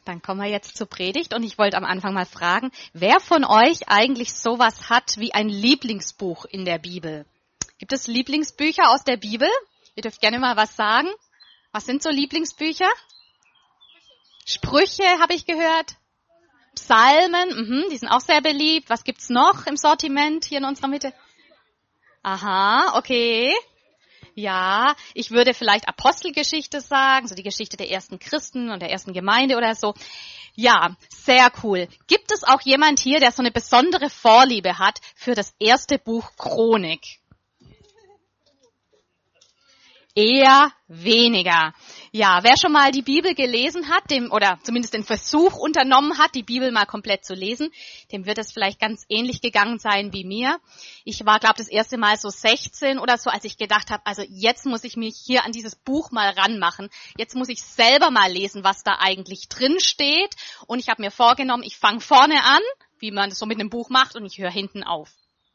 Dann kommen wir jetzt zur Predigt und ich wollte am Anfang mal fragen, wer von euch eigentlich sowas hat wie ein Lieblingsbuch in der Bibel? Gibt es Lieblingsbücher aus der Bibel? Ihr dürft gerne mal was sagen. Was sind so Lieblingsbücher? Sprüche habe ich gehört. Psalmen, die sind auch sehr beliebt. Was gibt's noch im Sortiment hier in unserer Mitte? Aha, okay. Ja, ich würde vielleicht Apostelgeschichte sagen, so die Geschichte der ersten Christen und der ersten Gemeinde oder so. Ja, sehr cool. Gibt es auch jemand hier, der so eine besondere Vorliebe hat für das erste Buch Chronik? Eher weniger. Ja, wer schon mal die Bibel gelesen hat, oder zumindest den Versuch unternommen hat, die Bibel mal komplett zu lesen, dem wird es vielleicht ganz ähnlich gegangen sein wie mir. Ich war, glaube ich, das erste Mal so 16 oder so, als ich gedacht habe, also jetzt muss ich mich hier an dieses Buch mal ranmachen. Jetzt muss ich selber mal lesen, was da eigentlich drin steht. Und ich habe mir vorgenommen, ich fange vorne an, wie man das so mit einem Buch macht, und ich höre hinten auf.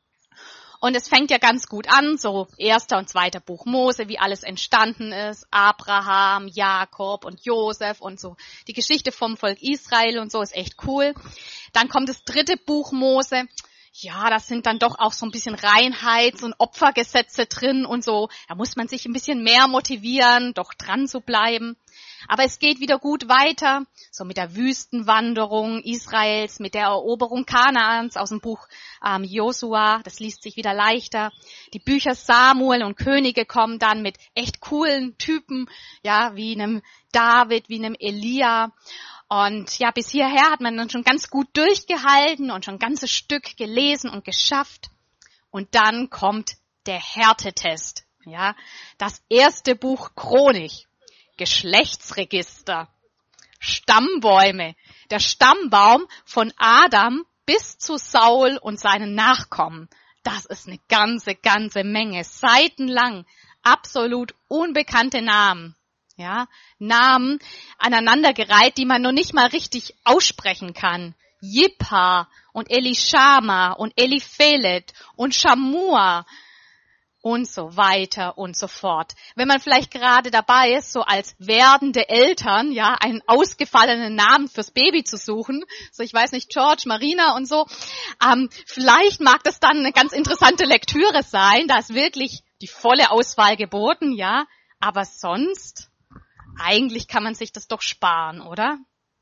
Und es fängt ja ganz gut an, so 1. und 2. Buch Mose, wie alles entstanden ist, Abraham, Jakob und Josef und so. Die Geschichte vom Volk Israel und so ist echt cool. Dann kommt das 3. Buch Mose. Ja, das sind dann doch auch so ein bisschen Reinheits- und Opfergesetze drin und so. Da muss man sich ein bisschen mehr motivieren, doch dran zu bleiben. Aber es geht wieder gut weiter, so mit der Wüstenwanderung Israels, mit der Eroberung Kanaans aus dem Buch Josua. Das liest sich wieder leichter. Die Bücher Samuel und Könige kommen dann mit echt coolen Typen, ja, wie einem David, wie einem Elia. Und ja, bis hierher hat man dann schon ganz gut durchgehalten und schon ein ganzes Stück gelesen und geschafft. Und dann kommt der Härtetest, ja, das erste Buch Chronik. Geschlechtsregister, Stammbäume, der Stammbaum von Adam bis zu Saul und seinen Nachkommen. Das ist eine ganze Menge, seitenlang, absolut unbekannte Namen. Ja, Namen aneinandergereiht, die man noch nicht mal richtig aussprechen kann. Jippa und Elishama und Eliphelet und Schamua. Und so weiter und so fort. Wenn man vielleicht gerade dabei ist, so als werdende Eltern, ja, einen ausgefallenen Namen fürs Baby zu suchen, so ich weiß nicht, George, Marina und so, vielleicht mag das dann eine ganz interessante Lektüre sein, da ist wirklich die volle Auswahl geboten, ja, aber sonst, eigentlich kann man sich das doch sparen, oder?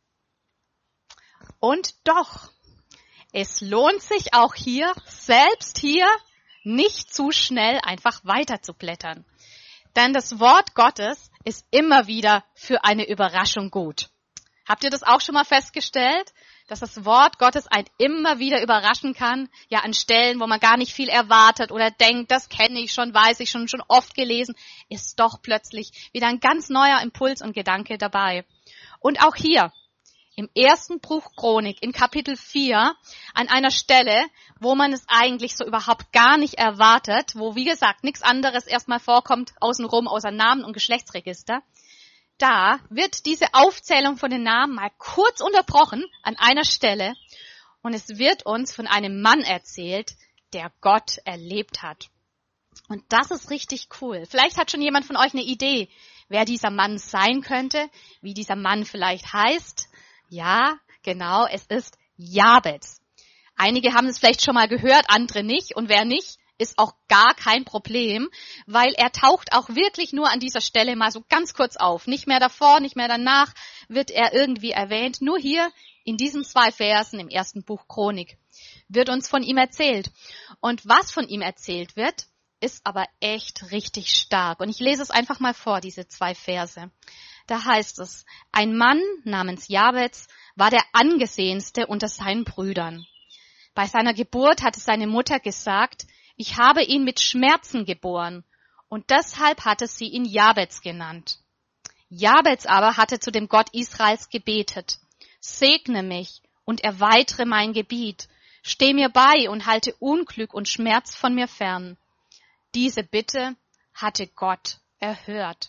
Und doch, es lohnt sich auch hier, selbst hier, nicht zu schnell einfach weiter zu blättern. Denn das Wort Gottes ist immer wieder für eine Überraschung gut. Habt ihr das auch schon mal festgestellt? Dass das Wort Gottes einen immer wieder überraschen kann? Ja, an Stellen, wo man gar nicht viel erwartet oder denkt, das kenne ich schon, weiß ich schon oft gelesen, ist doch plötzlich wieder ein ganz neuer Impuls und Gedanke dabei. Und auch hier, im 1. Buch Chronik, in Kapitel 4, an einer Stelle, wo man es eigentlich so überhaupt gar nicht erwartet, wo, wie gesagt, nichts anderes erstmal vorkommt, außenrum, außer Namen und Geschlechtsregister, da wird diese Aufzählung von den Namen mal kurz unterbrochen an einer Stelle und es wird uns von einem Mann erzählt, der Gott erlebt hat. Und das ist richtig cool. Vielleicht hat schon jemand von euch eine Idee, wer dieser Mann sein könnte, wie dieser Mann vielleicht heißt. Ja, genau, es ist Jabez. Einige haben es vielleicht schon mal gehört, andere nicht. Und wer nicht, ist auch gar kein Problem, weil er taucht auch wirklich nur an dieser Stelle mal so ganz kurz auf. Nicht mehr davor, nicht mehr danach wird er irgendwie erwähnt. Nur hier in diesen 2 Versen im 1. Buch Chronik wird uns von ihm erzählt. Und was von ihm erzählt wird, ist aber echt richtig stark. Und ich lese es einfach mal vor, diese 2 Verse. Da heißt es, ein Mann namens Jabez war der angesehenste unter seinen Brüdern. Bei seiner Geburt hatte seine Mutter gesagt, ich habe ihn mit Schmerzen geboren und deshalb hatte sie ihn Jabez genannt. Jabez aber hatte zu dem Gott Israels gebetet, segne mich und erweitere mein Gebiet, steh mir bei und halte Unglück und Schmerz von mir fern. Diese Bitte hatte Gott erhört.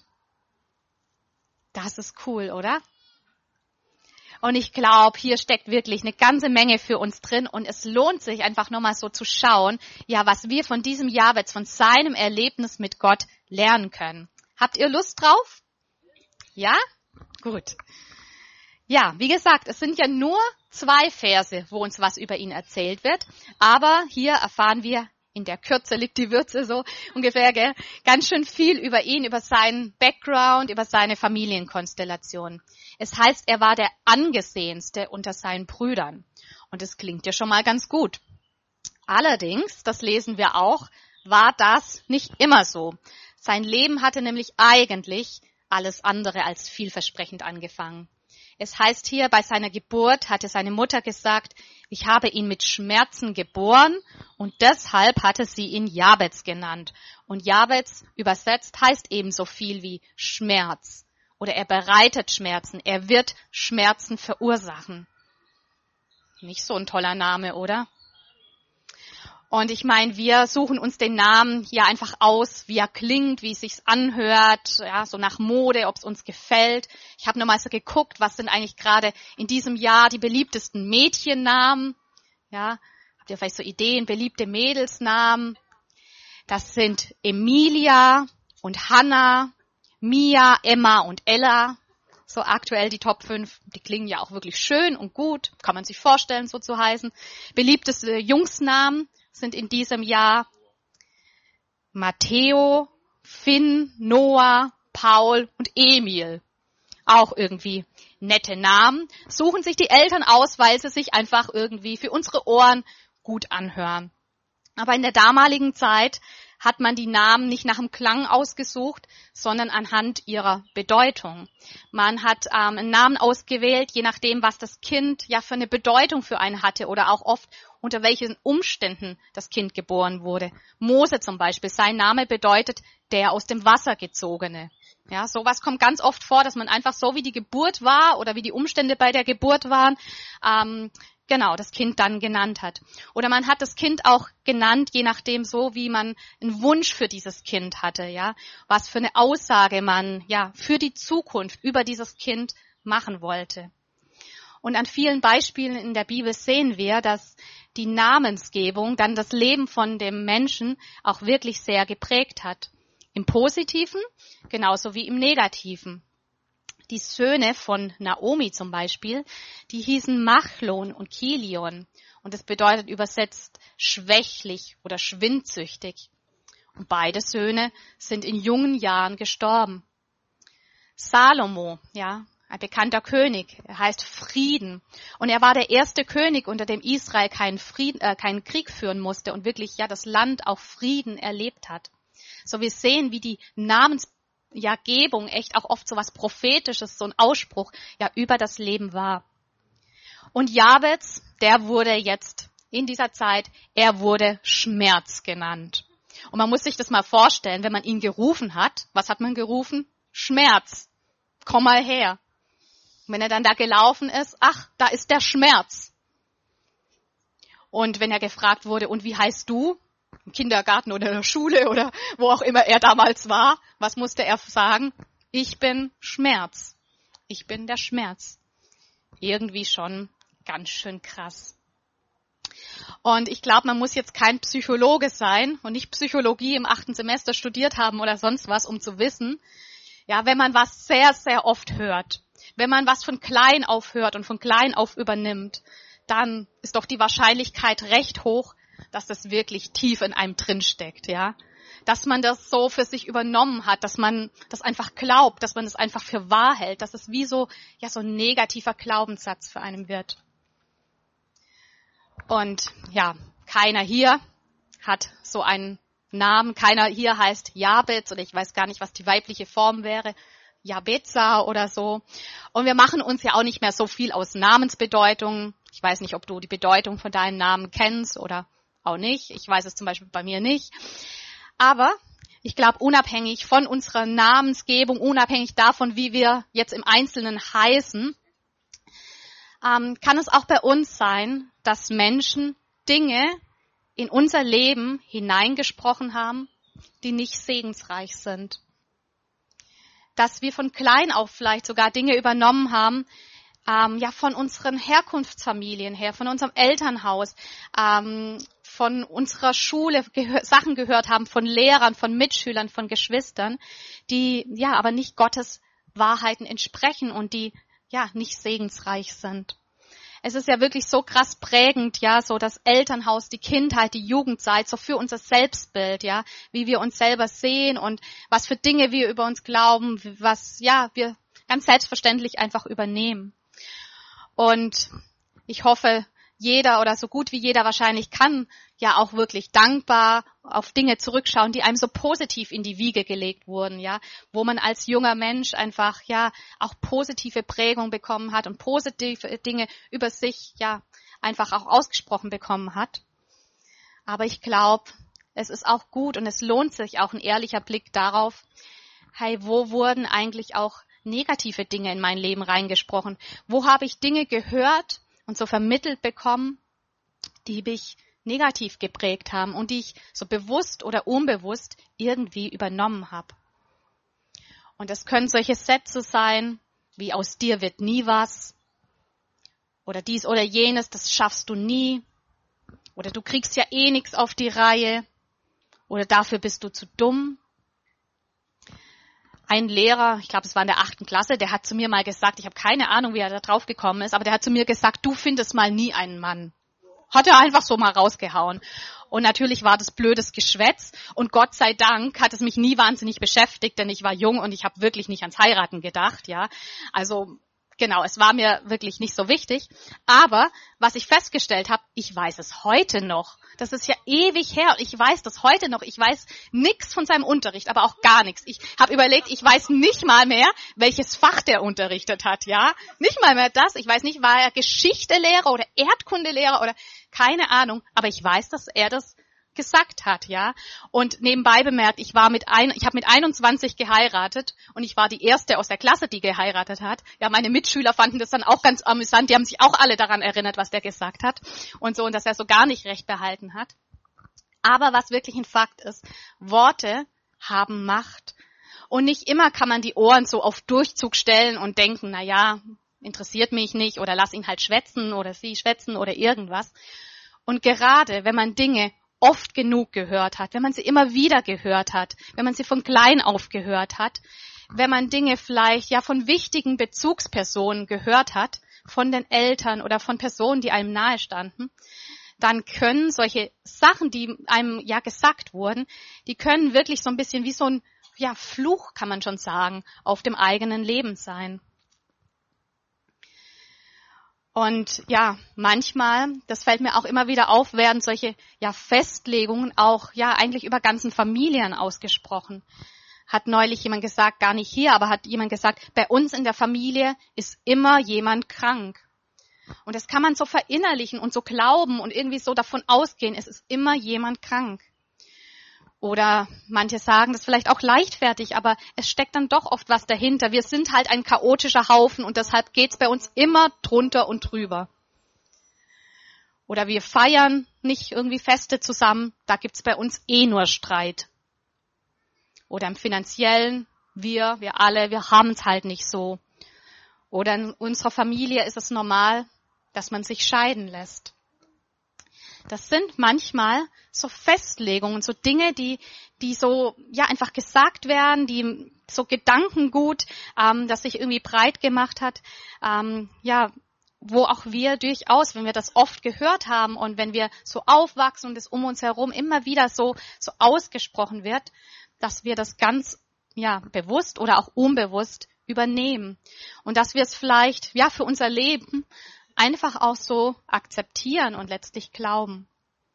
Das ist cool, oder? Und ich glaube, hier steckt wirklich eine ganze Menge für uns drin und es lohnt sich einfach nochmal so zu schauen, ja, was wir von diesem Jabez, von seinem Erlebnis mit Gott lernen können. Habt ihr Lust drauf? Ja? Gut. Ja, wie gesagt, es sind ja nur 2 Verse, wo uns was über ihn erzählt wird. Aber hier erfahren wir, in der Kürze liegt die Würze so ungefähr, gell? Ganz schön viel über ihn, über seinen Background, über seine Familienkonstellation. Es heißt, er war der angesehenste unter seinen Brüdern. Und das klingt ja schon mal ganz gut. Allerdings, das lesen wir auch, war das nicht immer so. Sein Leben hatte nämlich eigentlich alles andere als vielversprechend angefangen. Es heißt hier, bei seiner Geburt hatte seine Mutter gesagt, ich habe ihn mit Schmerzen geboren und deshalb hatte sie ihn Jabez genannt. Und Jabez übersetzt heißt ebenso viel wie Schmerz. Oder er bereitet Schmerzen, er wird Schmerzen verursachen. Nicht so ein toller Name, oder? Und ich meine, wir suchen uns den Namen hier einfach aus, wie er klingt, wie es sich anhört, ja, so nach Mode, ob es uns gefällt. Ich habe nochmal so geguckt, was sind eigentlich gerade in diesem Jahr die beliebtesten Mädchennamen. Ja, habt ihr vielleicht so Ideen, beliebte Mädelsnamen? Das sind Emilia und Hannah, Mia, Emma und Ella. So aktuell die Top 5. Die klingen ja auch wirklich schön und gut. Kann man sich vorstellen, so zu heißen. Beliebteste Jungsnamen sind in diesem Jahr Matteo, Finn, Noah, Paul und Emil. Auch irgendwie nette Namen. Suchen sich die Eltern aus, weil sie sich einfach irgendwie für unsere Ohren gut anhören. Aber in der damaligen Zeit hat man die Namen nicht nach dem Klang ausgesucht, sondern anhand ihrer Bedeutung. Man hat einen Namen ausgewählt, je nachdem, was das Kind ja für eine Bedeutung für einen hatte oder auch oft unter welchen Umständen das Kind geboren wurde. Mose zum Beispiel, sein Name bedeutet der aus dem Wasser gezogene. Ja, sowas kommt ganz oft vor, dass man einfach so wie die Geburt war oder wie die Umstände bei der Geburt waren, das Kind dann genannt hat. Oder man hat das Kind auch genannt, je nachdem so, wie man einen Wunsch für dieses Kind hatte, ja, was für eine Aussage man, ja, für die Zukunft über dieses Kind machen wollte. Und an vielen Beispielen in der Bibel sehen wir, dass die Namensgebung dann das Leben von dem Menschen auch wirklich sehr geprägt hat. Im Positiven, genauso wie im Negativen. Die Söhne von Naomi zum Beispiel, die hießen Machlon und Kilion. Und das bedeutet übersetzt schwächlich oder schwindsüchtig. Und beide Söhne sind in jungen Jahren gestorben. Salomo, ja, ein bekannter König, er heißt Frieden. Und er war der erste König, unter dem Israel keinen Krieg führen musste und wirklich ja das Land auch Frieden erlebt hat. So wir sehen, wie die Namensgebung echt auch oft so was Prophetisches, so ein Ausspruch ja über das Leben war. Und Jabez, der wurde jetzt in dieser Zeit, er wurde Schmerz genannt. Und man muss sich das mal vorstellen, wenn man ihn gerufen hat, was hat man gerufen? Schmerz, komm mal her. Und wenn er dann da gelaufen ist, ach, da ist der Schmerz. Und wenn er gefragt wurde, und wie heißt du? Im Kindergarten oder in der Schule oder wo auch immer er damals war, was musste er sagen? Ich bin Schmerz. Ich bin der Schmerz. Irgendwie schon ganz schön krass. Und ich glaube, man muss jetzt kein Psychologe sein und nicht Psychologie im 8. Semester studiert haben oder sonst was, um zu wissen, ja, wenn man was sehr, sehr oft hört, wenn man was von klein auf hört und von klein auf übernimmt, dann ist doch die Wahrscheinlichkeit recht hoch, dass das wirklich tief in einem drinsteckt, ja. Dass man das so für sich übernommen hat, dass man das einfach glaubt, dass man das einfach für wahr hält, dass es wie so, ja, so ein negativer Glaubenssatz für einen wird. Und ja, keiner hier hat so einen Namen, keiner hier heißt Jabez oder ich weiß gar nicht, was die weibliche Form wäre, Jabeza oder so. Und wir machen uns ja auch nicht mehr so viel aus Namensbedeutungen. Ich weiß nicht, ob du die Bedeutung von deinem Namen kennst oder auch nicht. Ich weiß es zum Beispiel bei mir nicht. Aber ich glaube, unabhängig von unserer Namensgebung, unabhängig davon, wie wir jetzt im Einzelnen heißen, kann es auch bei uns sein, dass Menschen Dinge in unser Leben hineingesprochen haben, die nicht segensreich sind. Dass wir von klein auf vielleicht sogar Dinge übernommen haben, von unseren Herkunftsfamilien her, von unserem Elternhaus, von unserer Schule Sachen gehört haben, von Lehrern, von Mitschülern, von Geschwistern, die ja aber nicht Gottes Wahrheiten entsprechen und die ja, nicht segensreich sind. Es ist ja wirklich so krass prägend, ja, so das Elternhaus, die Kindheit, die Jugendzeit, so für unser Selbstbild, ja, wie wir uns selber sehen und was für Dinge wir über uns glauben, was, ja, wir ganz selbstverständlich einfach übernehmen. Und ich hoffe, jeder oder so gut wie jeder wahrscheinlich kann ja auch wirklich dankbar auf Dinge zurückschauen, die einem so positiv in die Wiege gelegt wurden, ja, wo man als junger Mensch einfach ja auch positive Prägung bekommen hat und positive Dinge über sich ja einfach auch ausgesprochen bekommen hat. Aber ich glaube, es ist auch gut und es lohnt sich auch ein ehrlicher Blick darauf, hey, wo wurden eigentlich auch negative Dinge in mein Leben reingesprochen? Wo habe ich Dinge gehört und so vermittelt bekommen, die mich negativ geprägt haben und die ich so bewusst oder unbewusst irgendwie übernommen habe? Und das können solche Sätze sein, wie aus dir wird nie was oder dies oder jenes, das schaffst du nie oder du kriegst ja eh nichts auf die Reihe oder dafür bist du zu dumm. Ein Lehrer, ich glaube, es war in der 8. Klasse, der hat zu mir mal gesagt, ich habe keine Ahnung, wie er da drauf gekommen ist, aber der hat zu mir gesagt, du findest mal nie einen Mann. Hat er einfach so mal rausgehauen. Und natürlich war das blödes Geschwätz und Gott sei Dank hat es mich nie wahnsinnig beschäftigt, denn ich war jung und ich habe wirklich nicht ans Heiraten gedacht, ja. Also genau, es war mir wirklich nicht so wichtig. Aber was ich festgestellt habe, ich weiß es heute noch. Das ist ja ewig her. Ich weiß das heute noch. Ich weiß nichts von seinem Unterricht, aber auch gar nichts. Ich habe überlegt, ich weiß nicht mal mehr, welches Fach der unterrichtet hat, ja. Nicht mal mehr das. Ich weiß nicht, war er Geschichtelehrer oder Erdkundelehrer oder keine Ahnung. Aber ich weiß, dass er das gesagt hat, ja. Und nebenbei bemerkt, ich habe mit 21 geheiratet und ich war die erste aus der Klasse, die geheiratet hat. Ja, meine Mitschüler fanden das dann auch ganz amüsant. Die haben sich auch alle daran erinnert, was der gesagt hat und so, und dass er so gar nicht recht behalten hat. Aber was wirklich ein Fakt ist, Worte haben Macht. Und nicht immer kann man die Ohren so auf Durchzug stellen und denken, na ja, interessiert mich nicht oder lass ihn halt schwätzen oder sie schwätzen oder irgendwas. Und gerade, wenn man Dinge oft genug gehört hat, wenn man sie immer wieder gehört hat, wenn man sie von klein auf gehört hat, wenn man Dinge vielleicht ja von wichtigen Bezugspersonen gehört hat, von den Eltern oder von Personen, die einem nahe standen, dann können solche Sachen, die einem ja gesagt wurden, die können wirklich so ein bisschen wie so ein ja, Fluch, kann man schon sagen, auf dem eigenen Leben sein. Und ja, manchmal, das fällt mir auch immer wieder auf, werden solche ja Festlegungen auch ja eigentlich über ganzen Familien ausgesprochen. Hat neulich jemand gesagt, gar nicht hier, aber hat jemand gesagt, bei uns in der Familie ist immer jemand krank. Und das kann man so verinnerlichen und so glauben und irgendwie so davon ausgehen, es ist immer jemand krank. Oder manche sagen das vielleicht auch leichtfertig, aber es steckt dann doch oft was dahinter. Wir sind halt ein chaotischer Haufen und deshalb geht's bei uns immer drunter und drüber. Oder wir feiern nicht irgendwie Feste zusammen, da gibt's bei uns eh nur Streit. Oder im Finanziellen, wir alle, wir haben's halt nicht so. Oder in unserer Familie ist es normal, dass man sich scheiden lässt. Das sind manchmal so Festlegungen, so Dinge, die so ja einfach gesagt werden, die so Gedankengut, das sich irgendwie breit gemacht hat, ja, wo auch wir durchaus, wenn wir das oft gehört haben und wenn wir so aufwachsen und es um uns herum immer wieder so ausgesprochen wird, dass wir das ganz ja bewusst oder auch unbewusst übernehmen und dass wir es vielleicht ja für unser Leben einfach auch so akzeptieren und letztlich glauben.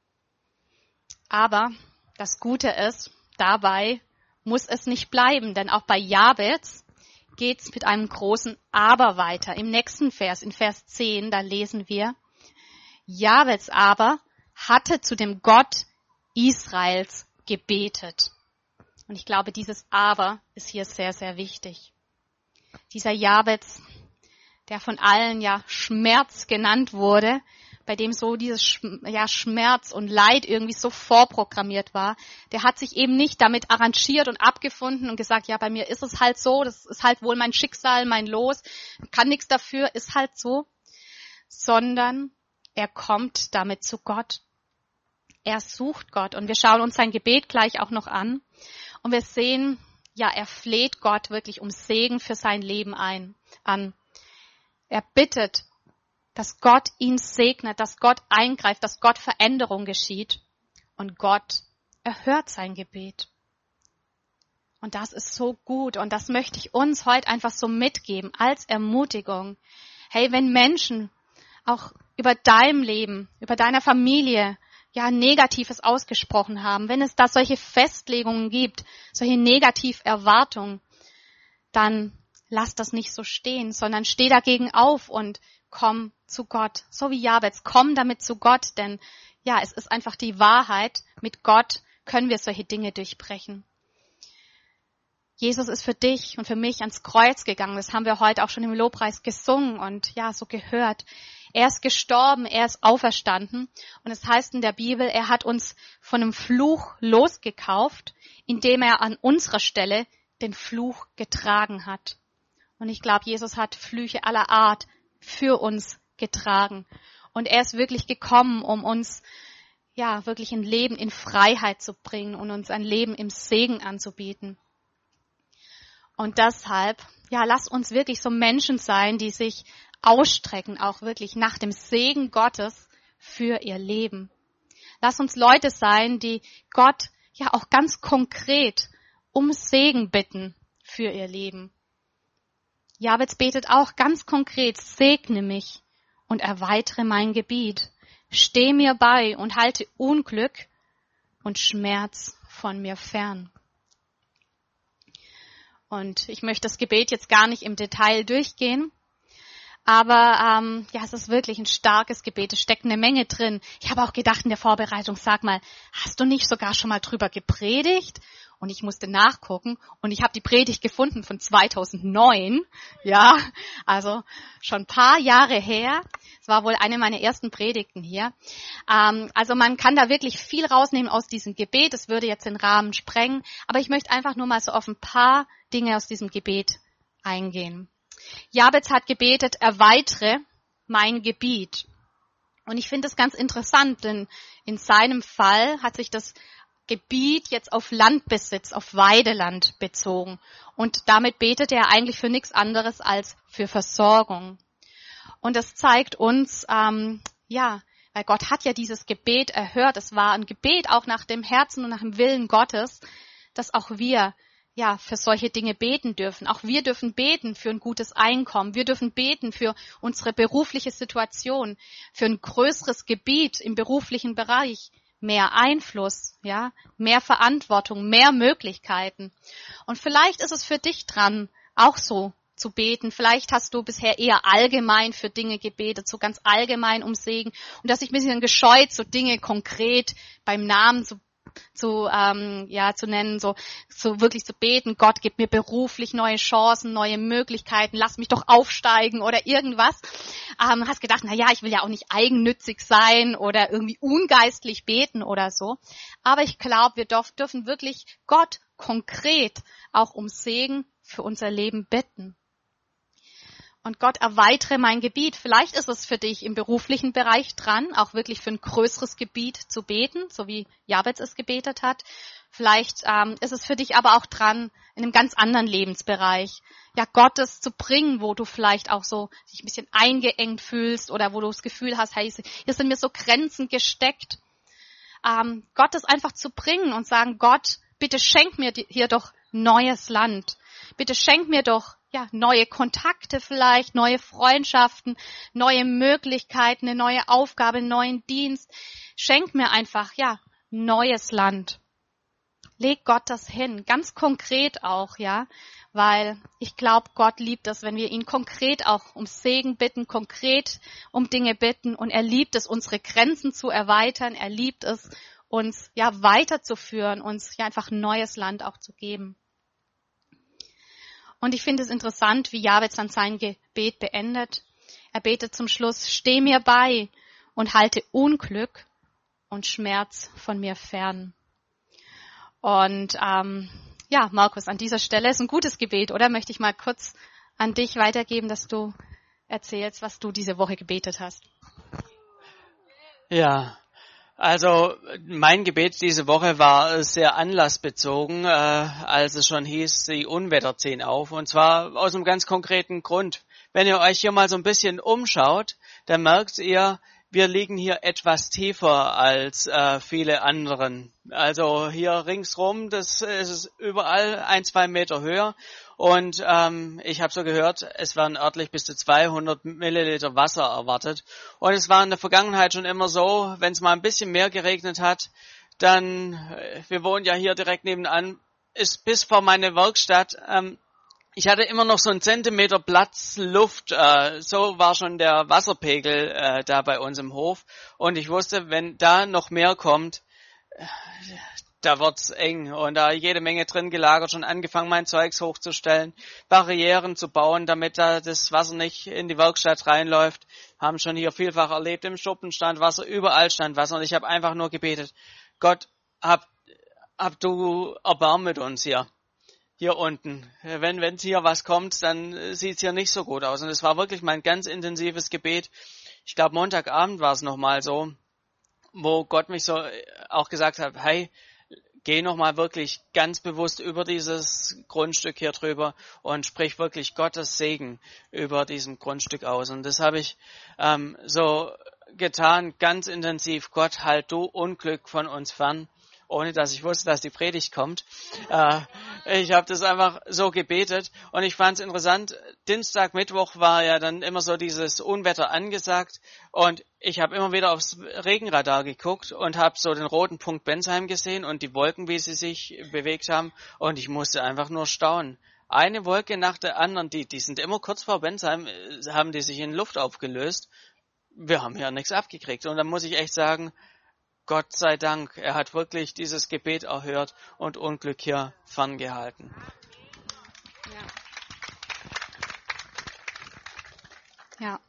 Aber das Gute ist, dabei muss es nicht bleiben, denn auch bei Jabez geht's mit einem großen Aber weiter. Im nächsten Vers, in Vers 10, da lesen wir, Jabez aber hatte zu dem Gott Israels gebetet. Und ich glaube, dieses Aber ist hier sehr, sehr wichtig. Dieser Jabez, der von allen ja Schmerz genannt wurde, bei dem so dieses Schmerz und Leid irgendwie so vorprogrammiert war, der hat sich eben nicht damit arrangiert und abgefunden und gesagt, ja, bei mir ist es halt so, das ist halt wohl mein Schicksal, mein Los, kann nichts dafür, ist halt so, sondern er kommt damit zu Gott. Er sucht Gott und wir schauen uns sein Gebet gleich auch noch an und wir sehen, ja, er fleht Gott wirklich um Segen für sein Leben an. Er bittet, dass Gott ihn segnet, dass Gott eingreift, dass Gott Veränderung geschieht. Und Gott erhört sein Gebet. Und das ist so gut und das möchte ich uns heute einfach so mitgeben als Ermutigung. Hey, wenn Menschen auch über dein Leben, über deiner Familie, ja, Negatives ausgesprochen haben, wenn es da solche Festlegungen gibt, solche Negativerwartungen, dann lass das nicht so stehen, sondern steh dagegen auf und komm zu Gott. So wie Jabez, komm damit zu Gott, denn ja, es ist einfach die Wahrheit. Mit Gott können wir solche Dinge durchbrechen. Jesus ist für dich und für mich ans Kreuz gegangen. Das haben wir heute auch schon im Lobpreis gesungen und ja, so gehört. Er ist gestorben, er ist auferstanden. Und es heißt in der Bibel, er hat uns von einem Fluch losgekauft, indem er an unserer Stelle den Fluch getragen hat. Und ich glaube, Jesus hat Flüche aller Art für uns getragen. Und er ist wirklich gekommen, um uns ja wirklich ein Leben in Freiheit zu bringen und uns ein Leben im Segen anzubieten. Und deshalb, ja, lass uns wirklich so Menschen sein, die sich ausstrecken, auch wirklich nach dem Segen Gottes für ihr Leben. Lass uns Leute sein, die Gott ja auch ganz konkret um Segen bitten für ihr Leben. Jabez betet auch ganz konkret, segne mich und erweitere mein Gebiet. Steh mir bei und halte Unglück und Schmerz von mir fern. Und ich möchte das Gebet jetzt gar nicht im Detail durchgehen, aber ja, es ist wirklich ein starkes Gebet, es steckt eine Menge drin. Ich habe auch gedacht in der Vorbereitung, sag mal, hast du nicht sogar schon mal drüber gepredigt? Und ich musste nachgucken und ich habe die Predigt gefunden von 2009, ja, also schon ein paar Jahre her. Es war wohl eine meiner ersten Predigten hier. Also man kann da wirklich viel rausnehmen aus diesem Gebet. Es würde jetzt den Rahmen sprengen, aber ich möchte einfach nur mal so auf ein paar Dinge aus diesem Gebet eingehen. Jabez hat gebetet, erweitere mein Gebiet. Und ich finde das ganz interessant, denn in seinem Fall hat sich das Gebiet jetzt auf Landbesitz, auf Weideland bezogen. Und damit betet er eigentlich für nichts anderes als für Versorgung. Und das zeigt uns, ja, weil Gott hat ja dieses Gebet erhört. Es war ein Gebet auch nach dem Herzen und nach dem Willen Gottes, dass auch wir ja für solche Dinge beten dürfen. Auch wir dürfen beten für ein gutes Einkommen. Wir dürfen beten für unsere berufliche Situation, für ein größeres Gebiet im beruflichen Bereich. Mehr Einfluss, ja, mehr Verantwortung, mehr Möglichkeiten. Und vielleicht ist es für dich dran, auch so zu beten. Vielleicht hast du bisher eher allgemein für Dinge gebetet, so ganz allgemein um Segen. Und hast dich ein bisschen gescheut, so Dinge konkret beim Namen zu nennen, so wirklich zu beten. Gott, gib mir beruflich neue Chancen, neue Möglichkeiten, lass mich doch aufsteigen oder irgendwas. Hast gedacht, na ja, ich will ja auch nicht eigennützig sein oder irgendwie ungeistlich beten oder so. Aber ich glaube, wir dürfen wirklich Gott konkret auch um Segen für unser Leben bitten. Und Gott, erweitere mein Gebiet. Vielleicht ist es für dich im beruflichen Bereich dran, auch wirklich für ein größeres Gebiet zu beten, so wie Jabez es gebetet hat. Vielleicht ist es für dich aber auch dran, in einem ganz anderen Lebensbereich, ja, Gottes zu bringen, wo du vielleicht auch so dich ein bisschen eingeengt fühlst oder wo du das Gefühl hast, hey, hier sind mir so Grenzen gesteckt. Gottes einfach zu bringen und sagen, Gott, bitte schenk mir hier doch neues Land. Bitte schenk mir doch ja, neue Kontakte vielleicht, neue Freundschaften, neue Möglichkeiten, eine neue Aufgabe, einen neuen Dienst. Schenk mir einfach, ja, neues Land. Leg Gott das hin, ganz konkret auch, ja, weil ich glaube, Gott liebt es, wenn wir ihn konkret auch um Segen bitten, konkret um Dinge bitten und er liebt es, unsere Grenzen zu erweitern, er liebt es, uns ja weiterzuführen, uns ja einfach ein neues Land auch zu geben. Und ich finde es interessant, wie Jabez dann sein Gebet beendet. Er betet zum Schluss, steh mir bei und halte Unglück und Schmerz von mir fern. Und ja, Markus, an dieser Stelle ist ein gutes Gebet, oder? Möchte ich mal kurz an dich weitergeben, dass du erzählst, was du diese Woche gebetet hast. Ja, also mein Gebet diese Woche war sehr anlassbezogen, als es schon hieß, die Unwetter ziehen auf. Und zwar aus einem ganz konkreten Grund. wenn ihr euch hier mal so ein bisschen umschaut, dann merkt ihr, wir liegen hier etwas tiefer als viele anderen. Also hier ringsrum, das ist überall 1-2 Meter höher. Und ich habe so gehört, es werden örtlich bis zu 200 Milliliter Wasser erwartet. Und es war in der Vergangenheit schon immer so, wenn es mal ein bisschen mehr geregnet hat, dann, wir wohnen ja hier direkt nebenan, ist bis vor meine Werkstatt, ich hatte immer noch so einen Zentimeter Platz Luft, so war schon der Wasserpegel da bei uns im Hof. Und ich wusste, wenn da noch mehr kommt, da wird's eng. Und da jede Menge drin gelagert, schon angefangen, mein Zeugs hochzustellen, Barrieren zu bauen, damit da das Wasser nicht in die Werkstatt reinläuft. Haben schon hier vielfach erlebt, im Schuppen stand Wasser, überall stand Wasser. Und ich habe einfach nur gebetet, Gott, hab du Erbarmen mit uns hier unten. Wenn hier was kommt, dann sieht's hier nicht so gut aus. Und es war wirklich mein ganz intensives Gebet. Ich glaube, Montagabend war es nochmal so, wo Gott mich so auch gesagt hat, hey, geh nochmal wirklich ganz bewusst über dieses Grundstück hier drüber und sprich wirklich Gottes Segen über diesem Grundstück aus. Und das habe ich so getan, ganz intensiv. Gott, halt du Unglück von uns fern, ohne dass ich wusste, dass die Predigt kommt. Ich habe das einfach so gebetet und ich fand es interessant. Dienstag, Mittwoch war ja dann immer so dieses Unwetter angesagt und ich habe immer wieder aufs Regenradar geguckt und habe so den roten Punkt Bensheim gesehen und die Wolken, wie sie sich bewegt haben und ich musste einfach nur staunen. Eine Wolke nach der anderen, die sind immer kurz vor Bensheim, haben die sich in Luft aufgelöst. Wir haben hier nichts abgekriegt und dann muss ich echt sagen, Gott sei Dank, er hat wirklich dieses Gebet erhört und Unglück hier ferngehalten. Ja.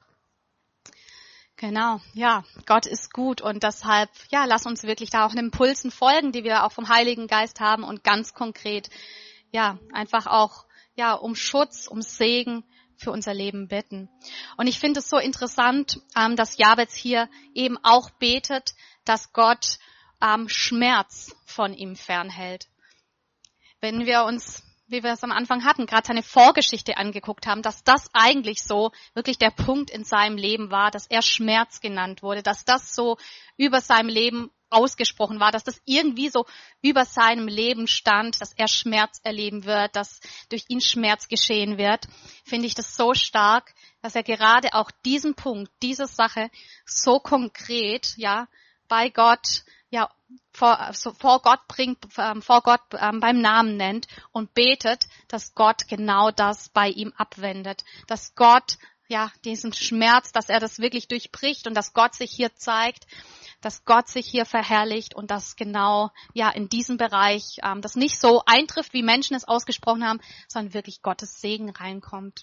Genau, ja, Gott ist gut und deshalb, ja, lass uns wirklich da auch den Impulsen folgen, die wir auch vom Heiligen Geist haben und ganz konkret, ja, einfach auch, ja, um Schutz, um Segen für unser Leben bitten. Und ich finde es so interessant, dass Jabez hier eben auch betet, dass Gott Schmerz von ihm fernhält. Wenn wir uns, wie wir es am Anfang hatten, gerade seine Vorgeschichte angeguckt haben, dass das eigentlich so wirklich der Punkt in seinem Leben war, dass er Schmerz genannt wurde, dass das so über seinem Leben ausgesprochen war, dass das irgendwie so über seinem Leben stand, dass er Schmerz erleben wird, dass durch ihn Schmerz geschehen wird, finde ich das so stark, dass er gerade auch diesen Punkt, diese Sache so konkret, ja, bei Gott, ja, vor Gott bringt, beim Namen nennt und betet, dass Gott genau das bei ihm abwendet, dass Gott, ja, diesen Schmerz, dass er das wirklich durchbricht und dass Gott sich hier zeigt, dass Gott sich hier verherrlicht und dass genau, ja, in diesem Bereich, das nicht so eintrifft, wie Menschen es ausgesprochen haben, sondern wirklich Gottes Segen reinkommt.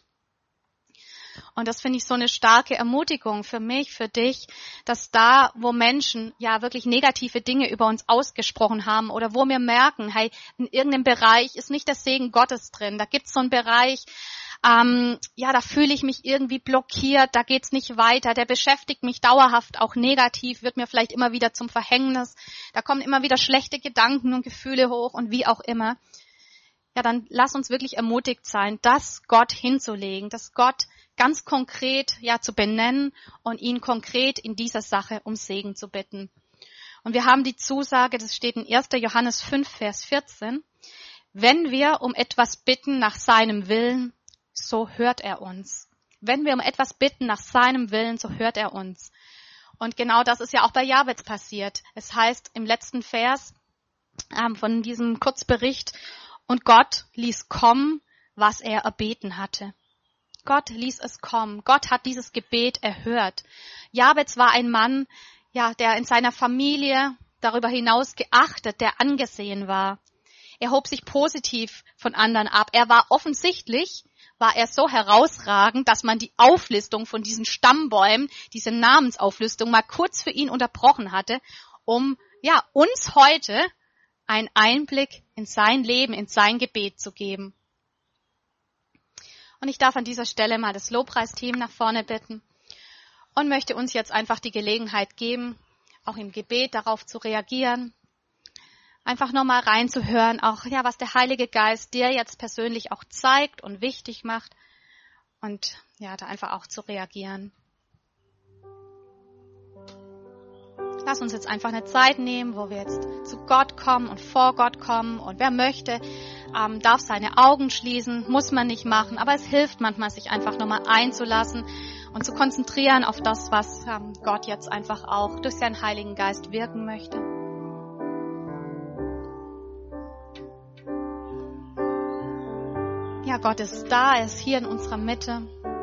Und das finde ich so eine starke Ermutigung für mich, für dich, dass da, wo Menschen ja wirklich negative Dinge über uns ausgesprochen haben oder wo wir merken, hey, in irgendeinem Bereich ist nicht der Segen Gottes drin, da gibt es so einen Bereich, ja, da fühle ich mich irgendwie blockiert, da geht's nicht weiter, der beschäftigt mich dauerhaft auch negativ, wird mir vielleicht immer wieder zum Verhängnis, da kommen immer wieder schlechte Gedanken und Gefühle hoch und wie auch immer. Ja, dann lass uns wirklich ermutigt sein, das Gott hinzulegen, das Gott ganz konkret, ja, zu benennen und ihn konkret in dieser Sache um Segen zu bitten. Und wir haben die Zusage, das steht in 1. Johannes 5, Vers 14, wenn wir um etwas bitten nach seinem Willen, so hört er uns. Wenn wir um etwas bitten nach seinem Willen, so hört er uns. Und genau das ist ja auch bei Jabez passiert. Es heißt im letzten Vers von diesem Kurzbericht, und Gott ließ kommen, was er erbeten hatte. Gott ließ es kommen. Gott hat dieses Gebet erhört. Jabez war ein Mann, ja, der in seiner Familie darüber hinaus geachtet, der angesehen war. Er hob sich positiv von anderen ab. War er so herausragend, dass man die Auflistung von diesen Stammbäumen, diese Namensauflistung mal kurz für ihn unterbrochen hatte, um, ja, uns heute einen Einblick in sein Leben, in sein Gebet zu geben. Und ich darf an dieser Stelle mal das Lobpreisteam nach vorne bitten und möchte uns jetzt einfach die Gelegenheit geben, auch im Gebet darauf zu reagieren, einfach nochmal reinzuhören, auch, ja, was der Heilige Geist dir jetzt persönlich auch zeigt und wichtig macht. Und da einfach auch zu reagieren. Lass uns jetzt einfach eine Zeit nehmen, wo wir jetzt zu Gott kommen und vor Gott kommen. Und wer möchte, darf seine Augen schließen, muss man nicht machen. Aber es hilft manchmal, sich einfach nochmal einzulassen und zu konzentrieren auf das, was Gott jetzt einfach auch durch seinen Heiligen Geist wirken möchte. Ja, Gott ist da, er ist hier in unserer Mitte.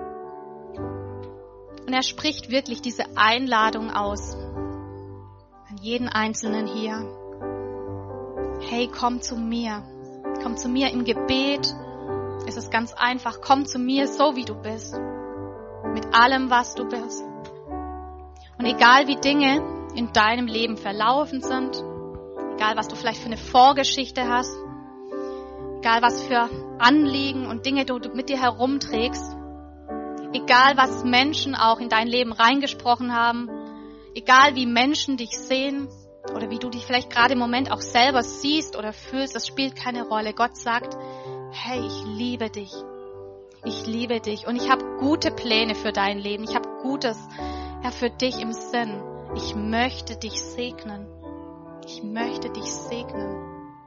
Und er spricht wirklich diese Einladung aus. An jeden Einzelnen hier. Hey, komm zu mir. Komm zu mir im Gebet. Es ist ganz einfach. Komm zu mir, so wie du bist. Mit allem, was du bist. Und egal wie Dinge in deinem Leben verlaufen sind, egal was du vielleicht für eine Vorgeschichte hast, egal was für Anliegen und Dinge du mit dir herumträgst, egal was Menschen auch in dein Leben reingesprochen haben, egal wie Menschen dich sehen oder wie du dich vielleicht gerade im Moment auch selber siehst oder fühlst, das spielt keine Rolle. Gott sagt, hey, ich liebe dich. Ich liebe dich und ich habe gute Pläne für dein Leben. Ich habe Gutes für dich im Sinn. Ich möchte dich segnen. Ich möchte dich segnen.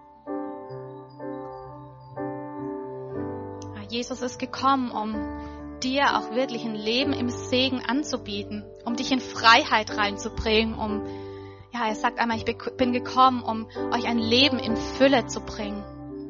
Jesus ist gekommen, um dir auch wirklich ein Leben im Segen anzubieten, um dich in Freiheit reinzubringen, er sagt einmal, ich bin gekommen, um euch ein Leben in Fülle zu bringen.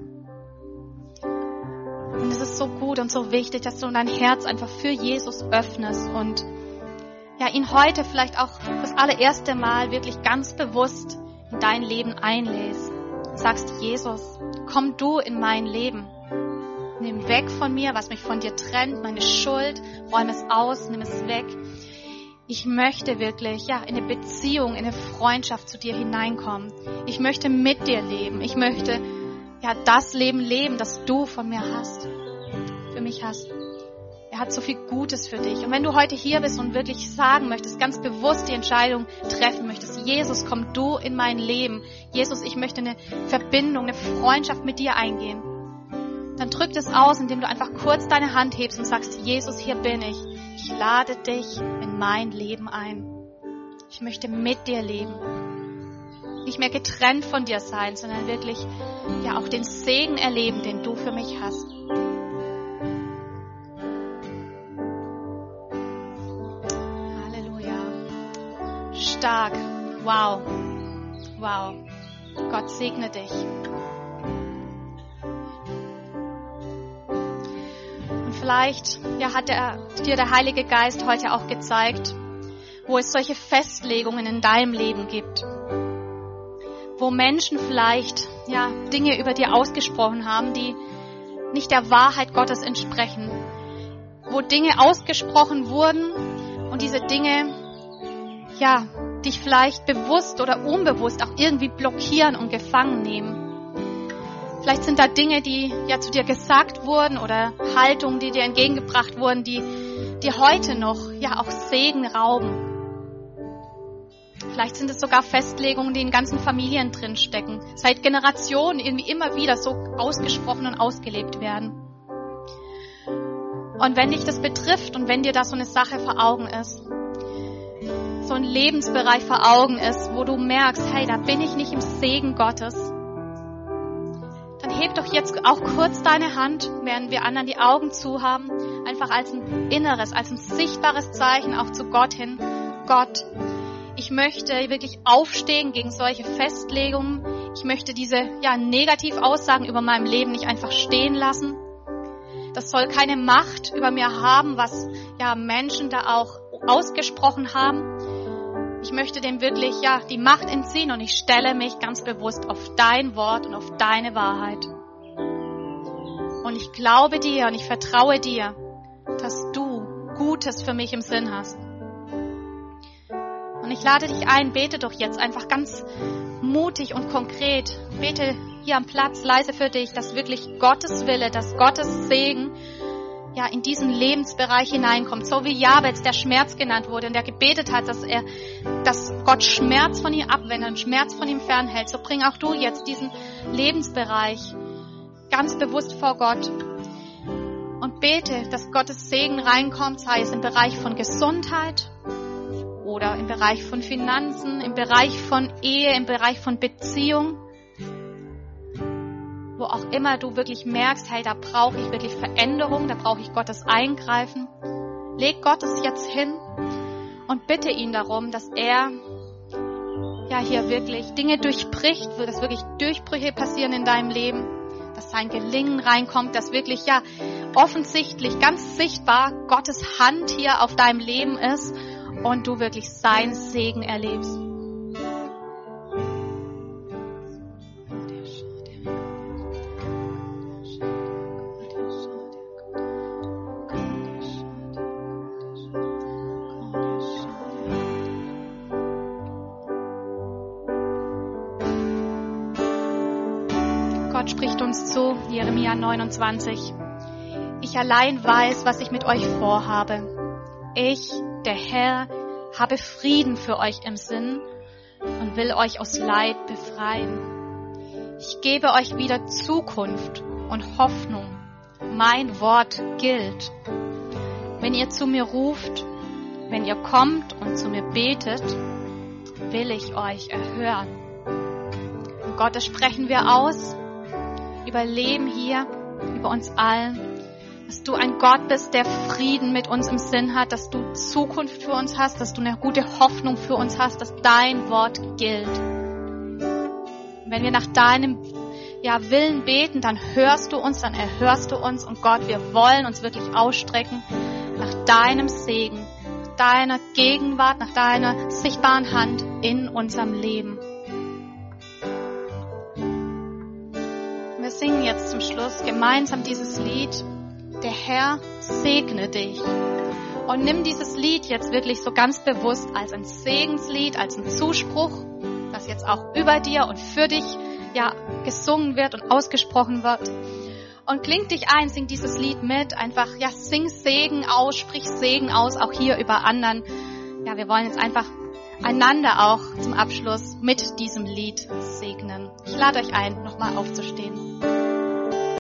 Und es ist so gut und so wichtig, dass du dein Herz einfach für Jesus öffnest und ihn heute vielleicht auch das allererste Mal wirklich ganz bewusst in dein Leben einlässt. Sagst, Jesus, komm du in mein Leben. Nimm weg von mir, was mich von dir trennt, meine Schuld, räum es aus, nimm es weg. Ich möchte wirklich, in eine Beziehung, in eine Freundschaft zu dir hineinkommen. Ich möchte mit dir leben. Ich möchte, das Leben leben, das du von mir hast, für mich hast. Er hat so viel Gutes für dich. Und wenn du heute hier bist und wirklich sagen möchtest, ganz bewusst die Entscheidung treffen möchtest, Jesus, komm du in mein Leben. Jesus, ich möchte eine Verbindung, eine Freundschaft mit dir eingehen. Dann drück das aus, indem du einfach kurz deine Hand hebst und sagst, Jesus, hier bin ich. Ich lade dich in mein Leben ein. Ich möchte mit dir leben. Nicht mehr getrennt von dir sein, sondern wirklich auch den Segen erleben, den du für mich hast. Halleluja. Stark. Wow. Wow. Gott segne dich. Vielleicht hat dir der Heilige Geist heute auch gezeigt, wo es solche Festlegungen in deinem Leben gibt. Wo Menschen vielleicht Dinge über dir ausgesprochen haben, die nicht der Wahrheit Gottes entsprechen. Wo Dinge ausgesprochen wurden und diese Dinge dich vielleicht bewusst oder unbewusst auch irgendwie blockieren und gefangen nehmen. Vielleicht sind da Dinge, die zu dir gesagt wurden oder Haltungen, die dir entgegengebracht wurden, die dir heute noch auch Segen rauben. Vielleicht sind es sogar Festlegungen, die in ganzen Familien drinstecken, seit Generationen irgendwie immer wieder so ausgesprochen und ausgelebt werden. Und wenn dich das betrifft und wenn dir da so eine Sache vor Augen ist, so ein Lebensbereich vor Augen ist, wo du merkst, hey, da bin ich nicht im Segen Gottes, dann heb doch jetzt auch kurz deine Hand, während wir anderen die Augen zu haben, einfach als ein inneres, als ein sichtbares Zeichen auch zu Gott hin. Gott, ich möchte wirklich aufstehen gegen solche Festlegungen. Ich möchte diese Negativaussagen über meinem Leben nicht einfach stehen lassen. Das soll keine Macht über mir haben, was Menschen da auch ausgesprochen haben. Ich möchte dem wirklich die Macht entziehen und ich stelle mich ganz bewusst auf dein Wort und auf deine Wahrheit. Und ich glaube dir und ich vertraue dir, dass du Gutes für mich im Sinn hast. Und ich lade dich ein, bete doch jetzt einfach ganz mutig und konkret. Bete hier am Platz leise für dich, dass wirklich Gottes Wille, dass Gottes Segen in diesen Lebensbereich hineinkommt. So wie Jabez, der Schmerz genannt wurde und der gebetet hat, dass Gott Schmerz von ihm abwendet und Schmerz von ihm fernhält. So bring auch du jetzt diesen Lebensbereich ganz bewusst vor Gott und und bete, dass Gottes Segen reinkommt, sei es im Bereich von Gesundheit oder im Bereich von Finanzen, im Bereich von Ehe, im Bereich von Beziehung. Wo auch immer du wirklich merkst, hey, da brauche ich wirklich Veränderung, da brauche ich Gottes Eingreifen. Leg Gott es jetzt hin und bitte ihn darum, dass er hier wirklich Dinge durchbricht, dass wirklich Durchbrüche passieren in deinem Leben, dass sein Gelingen reinkommt, dass wirklich offensichtlich, ganz sichtbar Gottes Hand hier auf deinem Leben ist und du wirklich seinen Segen erlebst. Gott spricht uns zu, Jeremia 29. Ich allein weiß, was ich mit euch vorhabe. Ich, der Herr, habe Frieden für euch im Sinn und will euch aus Leid befreien. Ich gebe euch wieder Zukunft und Hoffnung. Mein Wort gilt. Wenn ihr zu mir ruft, wenn ihr kommt und zu mir betet, will ich euch erhören. Und Gott, das sprechen wir aus. Über Leben hier, über uns allen, dass du ein Gott bist, der Frieden mit uns im Sinn hat, dass du Zukunft für uns hast, dass du eine gute Hoffnung für uns hast, dass dein Wort gilt. Wenn wir nach deinem Willen beten, dann hörst du uns, dann erhörst du uns und Gott, wir wollen uns wirklich ausstrecken nach deinem Segen, nach deiner Gegenwart, nach deiner sichtbaren Hand in unserem Leben. Wir singen jetzt zum Schluss gemeinsam dieses Lied, der Herr segne dich. Und nimm dieses Lied jetzt wirklich so ganz bewusst als ein Segenslied, als ein Zuspruch, das jetzt auch über dir und für dich gesungen wird und ausgesprochen wird. Und kling dich ein, sing dieses Lied mit, einfach sing Segen aus, sprich Segen aus, auch hier über anderen. Wir wollen jetzt einfach einander auch zum Abschluss mit diesem Lied segnen. Ich lade euch ein, nochmal aufzustehen.